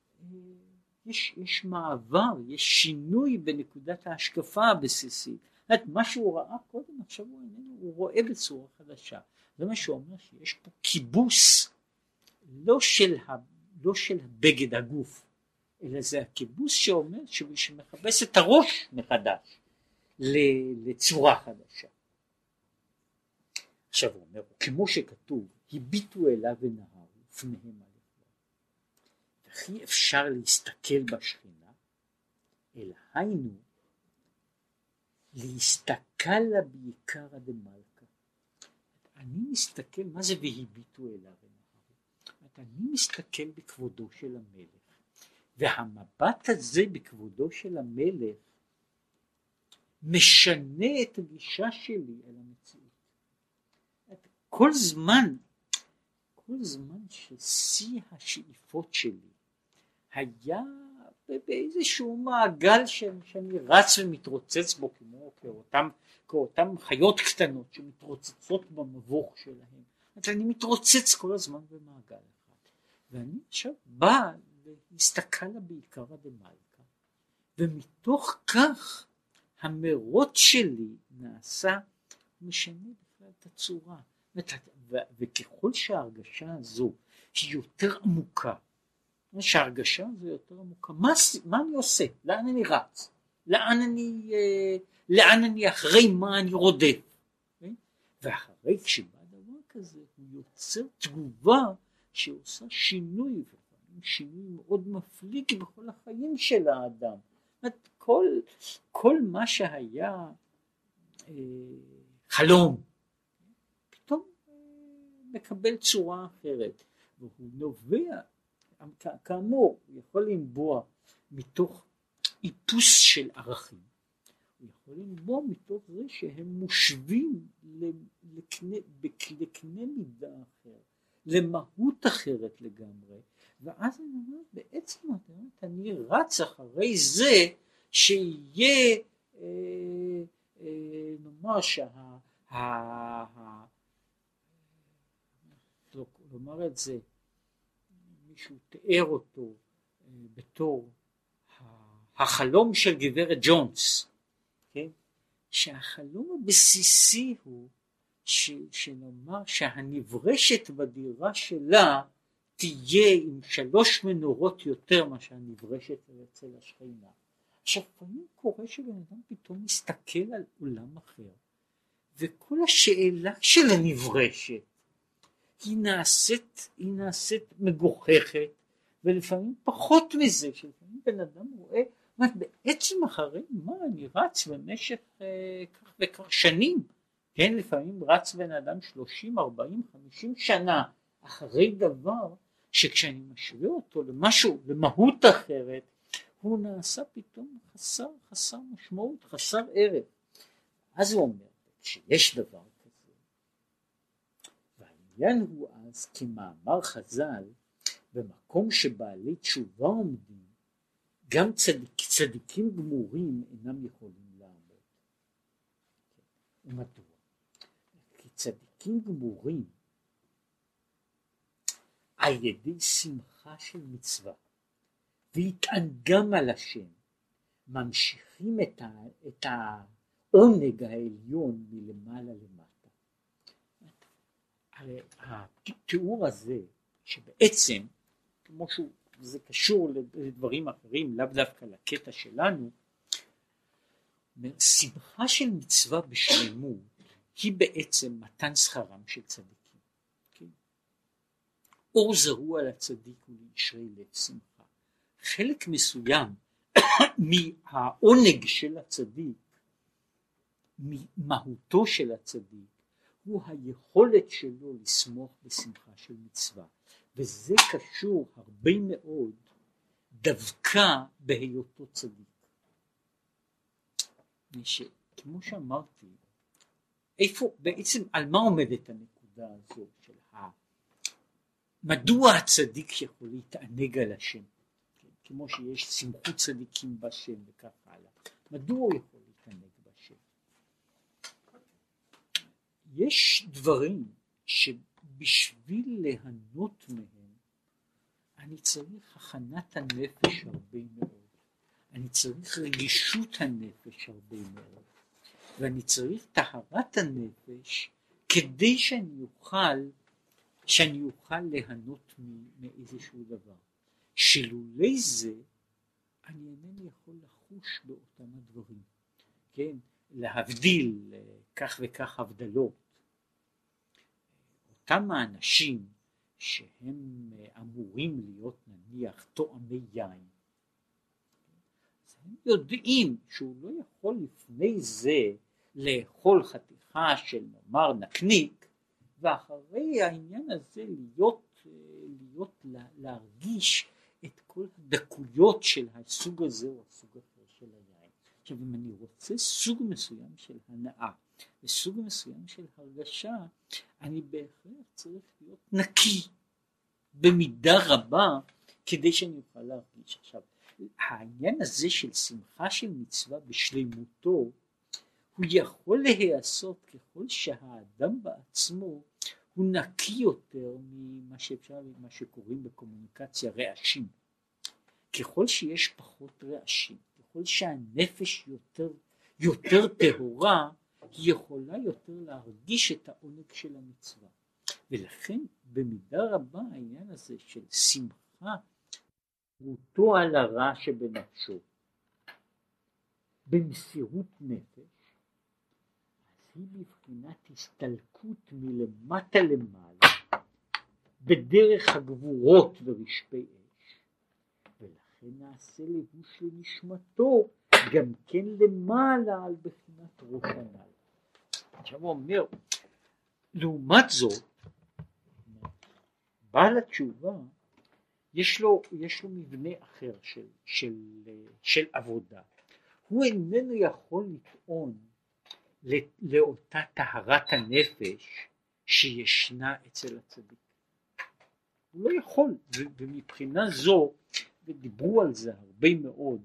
יש מעבר, יש שינוי בנקודת ההשקפה הבסיסית. מה שהוא ראה קודם, עכשיו הוא רואה בצורה חדשה. זה מה שהוא אומר, שיש פה כיבוס לא של בגד הגוף, אלא זה הכיבוס שאומר שמחפש את הראש מחדש לצורה חדשה. עכשיו הוא אומר, כמו שכתוב, הביטו אליו ונהרו ופניהם עליו, וכי אפשר להסתכל בשכינה, אלא היינו להסתכל לה בעיקר דמלכה. אני מסתכל, מה זה והביטו אליו ונהרו? אני מסתכל בכבודו של המלך, והמבט הזה בכבודו של המלך משנה את הגישה שלי אל המציאות. כל זמן ששיא השאיפות שלי היה באיזשהו מעגל שאני רץ ומתרוצץ בו כאותם חיות קטנות שמתרוצצות במבוך שלהם. אז אני מתרוצץ כל הזמן במעגל אחד, ואני עכשיו בא והסתכל לה בעיקר דמלכה, ומתוך כך המרוץ שלי נעשה משנה בכלל את הצורה. וככל שההרגשה הזו היא יותר עמוקה, שההרגשה הזו יותר עמוקה, מה אני עושה? לאן אני רץ? לאן אני אחרי מה אני רודף? ואחרי כשבא דבר כזה הוא יוצר תגובה שעושה שינוי, שינוי מאוד מפליג בכל החיים של האדם. כל מה שהיה חלום פתאום מקבל צורה אחרת, והוא נובע, כאמור, הוא יכול לנבוע מתוך איפוס של ערכים, הוא יכול לנבוע מתוך זה שהם מושבים לקנה מידה אחר, למהות אחרת לגמרי, ואז אני אומר, בעצם אני רץ אחרי זה שיהיה, נאמר לומר את זה, מישהו תיאר אותו בתור החלום של גברת ג'ונס, כן? שהחלום הבסיסי הוא שנאמר שהנברשת בדירה שלה תהיה עם 3 מנורות יותר מה שהנברשת אצל השכינה. עכשיו פעמים קורה שבן אדם פתאום מסתכל על עולם אחר, וכל השאלה של הנברשת היא נעשית מגוחכת, ולפעמים פחות מזה, שלפעמים בן אדם רואה, בעצם אחרי מה אני רץ במשך כך וכך שנים, כן, לפעמים רץ בן אדם 30, 40, 50 שנה אחרי דבר, שכשאני משווה אותו למשהו, למהות אחרת, הוא נעשה פתאום חסר משמעות, חסר ערך. אז הוא אומר שיש דבר כזה, והעניין הוא אז כמאמר חז"ל, במקום שבעלי תשובה עומדים, גם צדיקים גמורים אינם יכולים לעמוד. ומדוע? כי צדיקים גמורים על ידי שמחה של מצווה והתענגם על השם ממשיכים את העונג העליון מלמעלה למטה. הרי התיאור הזה שבעצם כמו שזה קשור לדברים אחרים לאו דווקא לקטע שלנו, שמחה של מצווה בשלמות היא בעצם מתן שכרם של צדיקים. אור זרוע לצדיק ולישרי לב שמחה. חלק מסוים מהעונג של הצדיק, ממהותו של הצדיק, הוא היכולת שלו לשמוח בשמחה של מצווה, וזה קשור הרבה מאוד דווקא בהיותו צדיק. כמו שאמרתי, איפה בעצם על מה עומדת הנקודה הזו של מדוע הצדיק יכול להתענג על השם, כמו שיש שמחות צדיקים בשם וכך הלאה, מדוע הוא יכול להתענג בשם? יש דברים בשביל ליהנות מהם אני צריך הכנת הנפש הרבה מאוד, אני צריך רגישות הנפש הרבה מאוד, ואני צריך טהרת הנפש כדי שאני אוכל ליהנות מאיזשהו דבר. שלולי זה אני אינני יכול לחוש באותם הדברים, כן? להבדיל כך וכך הבדלות. אותם האנשים שהם אמורים להיות נניח תואמי יין, אז הם יודעים שהוא לא יכול לפני זה לאכול חתיכה של נאמר נקניק, ואחרי העניין הזה להרגיש את כל הדקויות של הסוג הזה או הסוג אחר של היין. עכשיו אם אני רוצה סוג מסוים של הנאה וסוג מסוים של הרגשה, אני בהחלט צריך להיות נקי במידה רבה כדי שאני אוכל להרגיש. עכשיו העניין הזה של שמחה של מצווה בשלמותו הוא יכול להיעשות ככל שהאדם בעצמו הוא נקי יותר ממה שאפשר, מה שקוראים בקומוניקציה רעשים. ככל שיש פחות רעשים, ככל שהנפש יותר טהורה, היא יכולה יותר להרגיש את העונג של המצווה. ולכן במידה רבה העניין הזה של שמחה ותו על הרע שבנפשו במסירות נפש, היא בבחינת הסתלקות מלמטה למעלה בדרך הגבורות ורשפי אש, ולכן נעשה לבוש לנשמתו גם כן למעלה על בחינת ראש הנעל. עכשיו הוא אומר, לעומת זאת בעל התשובה יש לו מבנה אחר של עבודה. הוא איננו יכול לטעון לאותה טהרת הנפש שישנה אצל הצדיק. הוא לא יכול, ומבחינה זו, ודיברו על זה הרבה מאוד,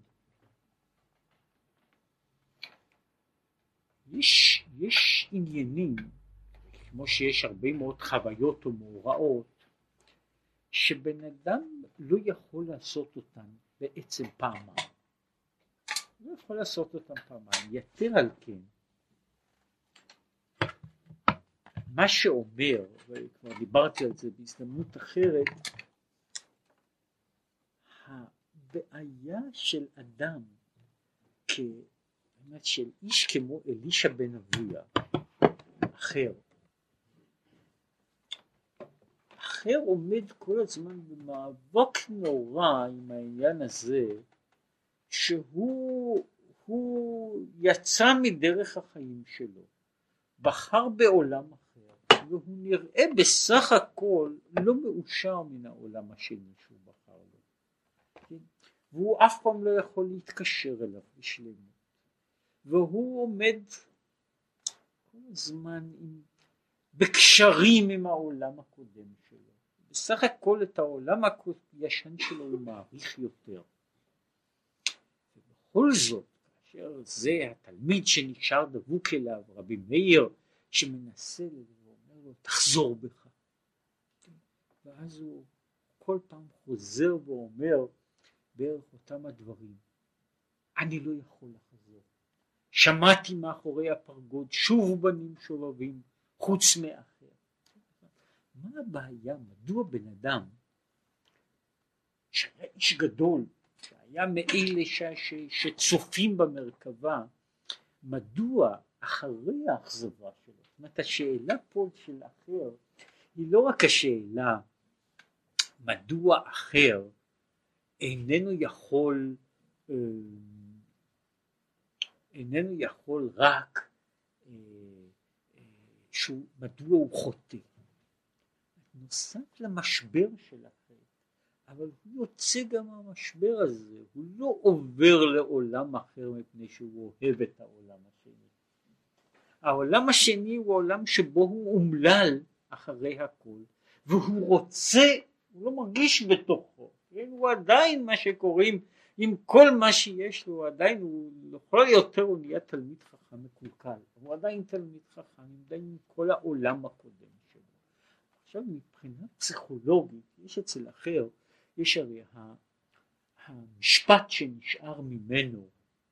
יש עניינים, כמו שיש הרבה מאוד חוויות או מאורעות, שבן אדם לא יכול לעשות אותן בעצם פעמיים. לא יכול לעשות אותן פעמיים. יתר על כן, מה שאומר, וכבר דיברתי על זה בהזדמנות אחרת, הבעיה של אדם, של איש כמו אלישע בן אבויה, אחר עומד כל הזמן במאבק נורא עם העניין הזה, שהוא יצא מדרך החיים שלו, בחר בעולם אחר, והוא נראה בסך הכל לא מאושר מן העולם השני שהוא בחר לו, כן? והוא אף פעם לא יכול להתקשר אליו בשלמות, והוא עומד כל הזמן בקשרים עם העולם הקודם שלו. בסך הכל את העולם הישן שלו הוא מעריך יותר. ובכל זאת, כאשר זה התלמיד שנשאר דבוק אליו, רבי מאיר, שמנסה ואומר לו תחזור בך, ואז הוא כל פעם חוזר ואומר בערך אותם הדברים, אני לא יכול לחזור, שמעתי מאחורי הפרגוד שובו בנים שובבים חוץ מאחר. מה הבעיה? מדוע בן אדם שהיה איש גדול, שהיה מאלה שצופים במרכבה, מדוע אחרי האכזבה שלו, זאת אומרת השאלה פה של אחר היא לא רק השאלה מדוע אחר איננו יכול רק מדוע הוא חוטא, נוסף למשבר של החטא, אבל הוא יוצא גם מהמשבר הזה, הוא לא עובר לעולם אחר מפני שהוא אוהב את העולם השני. העולם השני הוא עולם שבו הוא אומלל אחרי הכל, והוא רוצה, הוא לא מרגיש בתוכו, הוא עדיין מה שקוראים, עם כל מה שיש לו, עדיין הוא לכל יותר הוא נהיה תלמיד חכם מקולקל, הוא עדיין תלמיד חכם, עדיין עם כל העולם הקודם שלו. עכשיו מבחינה פסיכולוגית, יש אצל אחר, יש הרי המשפט שנשאר ממנו,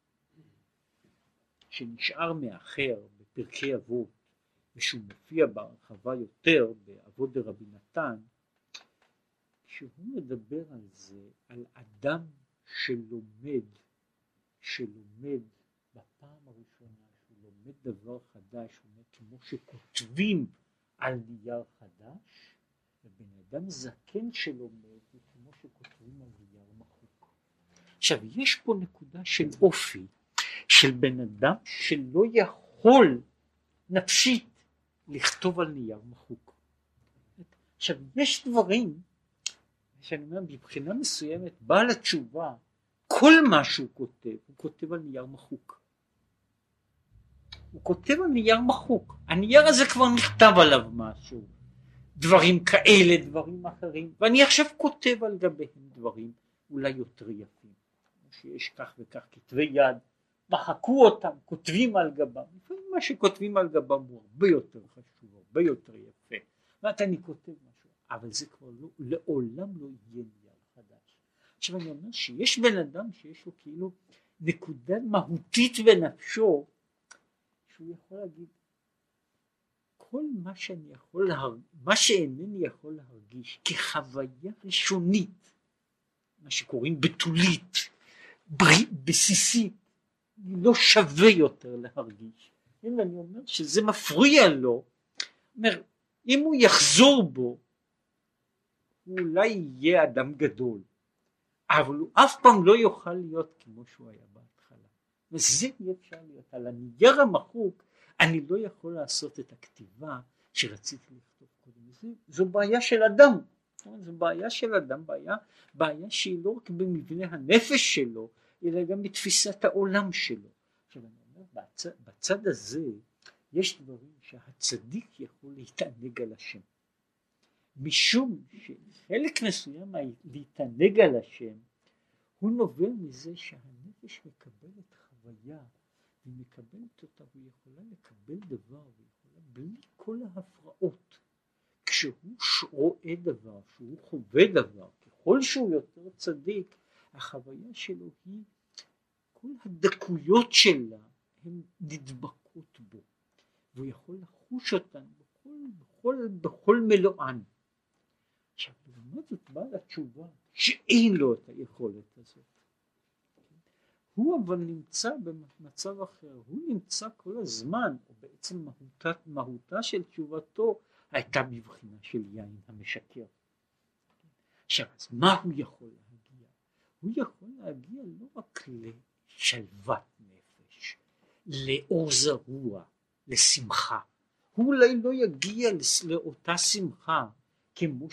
שנשאר מאחר בפרקי אבות, ושהוא מופיע בהרחבה יותר באבות דרבי נתן, שהוא מדבר על זה, על אדם שלומד בפעם הראשונה, שהוא לומד דבר חדש, הוא אומר, כמו שכותבים על נייר חדש, ובן אדם זקן שלומד, הוא כמו שכותבים על נייר מחוק. עכשיו, יש פה נקודה של אופי, של בן אדם שלא יכול נפשית לכתוב על נייר מחוק. עכשיו, יש דברים, שאני אומר, מבחינה מסוימת, בעל התשובה, כל מה שהוא כותב, הוא כותב על נייר מחוק. הוא כותב על נייר מחוק. הנייר הזה כבר נכתב עליו משהו. דברים כאלה, דברים אחרים. ואני עכשיו כותב על גביהם דברים אולי יותר יפים. שיש כך וכך כתבי יד, מחקו אותם, כותבים על גבם. לפעמים מה שכותבים על גבם הוא הרבה יותר חשוב, הרבה יותר יפה. ואת אני כותב משהו. אבל זה כבר לא, לעולם לא יהיה נייר חדש. עכשיו אני אומר שיש בן אדם שיש לו כאילו נקודה מהותית בנפשו, שהוא יכול להגיד, כל מה שאני יכול מה שאינני יכול להרגיש כחוויה ראשונית, מה שקוראים בתולית, בסיסית, לא שווה יותר להרגיש. אם אני אומר שזה מפריע לו, אומר, אם הוא יחזור בו, הוא אולי יהיה אדם גדול, אבל הוא אף פעם לא יוכל להיות כמו שהוא היה בהתחלה. וזה אי אפשר להיות. על הנייר המחוק אני לא יכול לעשות את הכתיבה שרציתי לכתוב קודם. זו בעיה של אדם. זו בעיה של אדם, בעיה שהיא לא רק במבנה הנפש שלו, אלא גם בתפיסת העולם שלו. עכשיו אני אומר, בצד הזה יש דברים שהצדיק יכול להתענג על השם. משום שחלק מסוים להתענג על השם הוא נובע מזה שהנפש מקבלת חוויה, היא מקבלת אותה, הוא יכולה לקבל דבר, הוא יכולה בלי כל ההפרעות. כשהוא רואה דבר, שהוא חווה דבר, ככל שהוא יותר צדיק, החוויה שלו היא, כל הדקויות שלה הן נדבקות בו, והוא יכול לחוש אותן בכל מלואן. עכשיו, לעומת זאת באה התשובה שאין לו את היכולת הזאת. הוא אבל נמצא במצב אחר, הוא נמצא כל הזמן, או בעצם מהותה של תשובתו הייתה בבחינה של יין המשקר. עכשיו, אז מה הוא יכול להגיע? הוא יכול להגיע לא רק לשלוות נפש, לעוז הרוח, לשמחה. הוא אולי לא יגיע לאותה שמחה כמו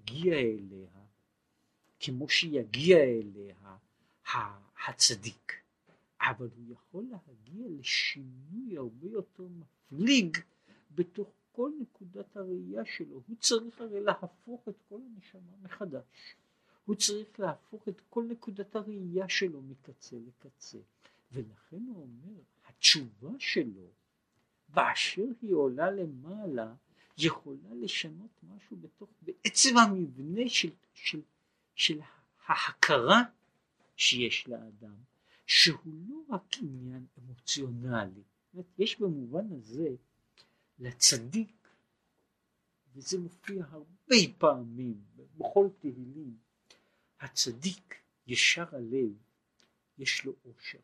שיגיע אליה הצדיק, אבל הוא יכול להגיע לשינוי הרבה יותר מפליג בתוך כל נקודת הראייה שלו. הוא צריך הרי להפוך את כל הנשמה מחדש, הוא צריך להפוך את כל נקודת הראייה שלו מקצה לקצה, ולכן הוא אומר, התשובה שלו באשר היא עולה למעלה יכולה לשנות משהו בתוך בעצם המבנה של ההכרה שיש לאדם, שהוא לא רק עניין אמוציונלי. יש במובן הזה לצדיק, וזה מופיע הרבה פעמים בכל תהילים, הצדיק ישר הלב, יש לו אושר.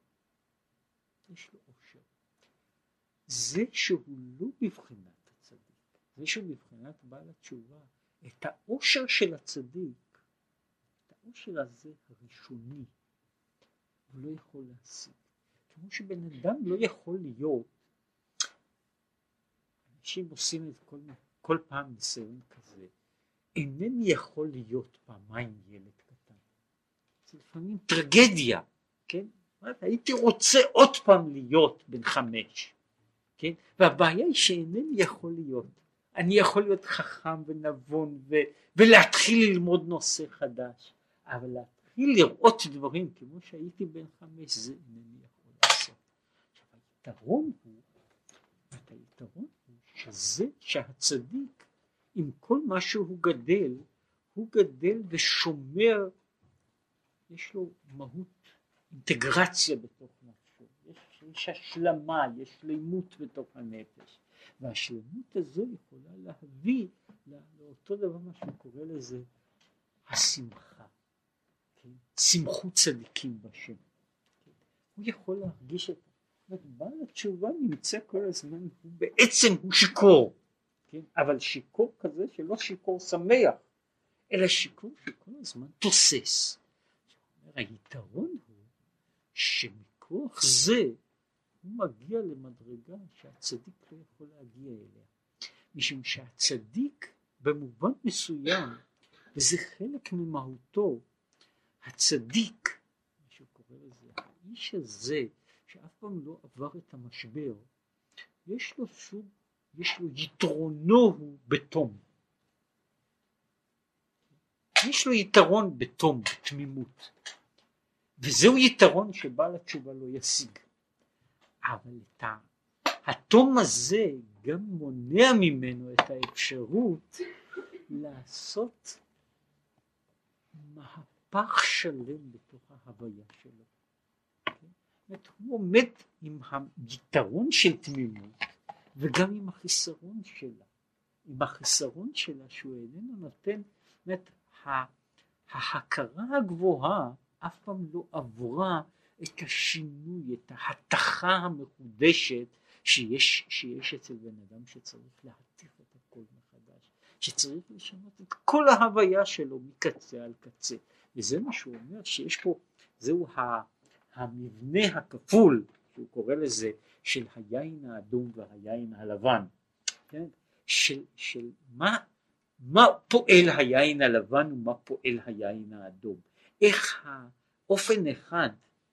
זה שהוא לא בבחינת הצדיק, זה שהוא בבחינת בעל התשובה, את האושר של הצדיק, את האושר הזה הראשוני, הוא לא יכול להשיג. כמו שבן אדם לא יכול להיות, אנשים עושים את כל פעם ניסיון כזה, אינני יכול להיות פעמיים ילד קטן. זה לפעמים טרגדיה, כן? הייתי רוצה עוד פעם להיות בן 5, כן? והבעיה היא שאינני יכול להיות. אני יכול להיות חכם ונבון ולהתחיל ללמוד נושא חדש, אבל להתחיל לראות דברים כמו שהייתי בן 5, זה אינני יכול לעשות. היתרון הוא שזה שהצדיק עם כל מה שהוא גדל, הוא גדל ושומר, יש לו מהות, אינטגרציה בתוך נפשו, יש השלמה, יש שלמות בתוך הנפש, והשלמות הזו יכולה להביא לאותו דבר מה שהוא קורא לזה השמחה, כן? שמחות צדיקים בשם, כן? הוא יכול להרגיש את זה. בעל התשובה נמצא כל הזמן, הוא בעצם הוא שיכור, כן? אבל שיכור כזה שלא שיכור שמח, אלא שיכור שכל הזמן תוסס. היתרון הוא שמכוח זה הוא מגיע למדרגה שהצדיק לא יכול להגיע אליה, משום שהצדיק במובן מסוים, וזה חלק ממהותו, הצדיק, מה שהוא קורא לזה, האיש הזה שאף פעם לא עבר את המשבר, יש לו יתרונו הוא בתום, יש לו יתרון בתום, בתמימות, וזהו יתרון שבעל התשובה לא ישיג. אבל התום הזה גם מונע ממנו את האפשרות לעשות מהפך שלם בתוך ההוויה שלו. הוא עומד עם היתרון של תמימות וגם עם החיסרון שלה. עם החיסרון שלה שהוא איננו נותן, ההכרה הגבוהה אף פעם לא עברה את השינוי, את ההתכה המחודשת שיש אצל בן אדם שצריך להתיך את הכל מחדש, שצריך לשנות את כל ההוויה שלו מקצה על קצה. וזה מה שהוא אומר, שיש פה, זהו המבנה הכפול, שהוא קורא לזה, של היין האדום והיין הלבן, כן? של מה פועל היין הלבן ומה פועל היין האדום, איך האופן אחד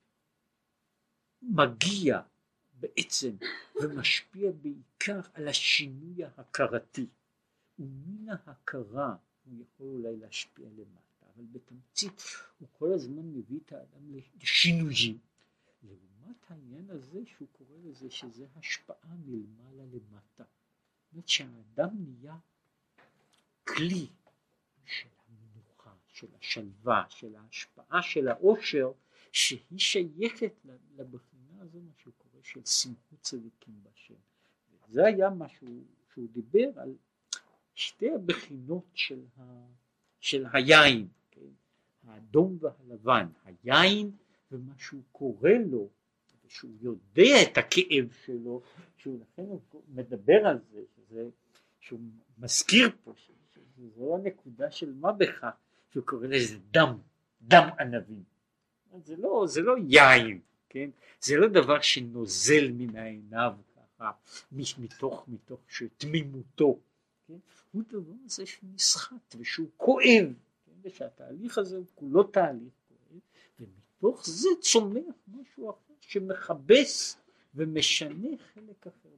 מגיע בעצם ומשפיע בעיקר על השינוי ההכרתי, ומן ההכרה הוא יכול אולי להשפיע למטה, אבל בתמצית הוא כל הזמן מביא את האדם לשינויים, לעומת העניין הזה שהוא קורא לזה שזה השפעה מלמעלה למטה. זאת אומרת שהאדם נהיה כלי של המנוחה, של השלווה, של ההשפעה, של העושר, שהיא שייכת לבחינה הזו, מה שהוא קורא של שמחות צדיקים בשם. זה היה מה שהוא דיבר על שתי הבחינות של היין, כן? האדום והלבן, היין ומה שהוא קורא לו, שהוא יודע את הכאב שלו, שהוא לכן הוא מדבר על זה, שהוא מזכיר פה, זו הנקודה של מה בכך, שהוא קורא לזה דם ענבים. זה לא יין, כן? זה לא דבר שנוזל מן העיניו ככה, מתוך תמימותו, כן? הוא דבר הזה שהוא נסחט ושהוא כואב, כן? ושהתהליך הזה הוא כולו תהליך כואב, ומתוך זה צומח משהו אחר שמחבס ומשנה חלק אחר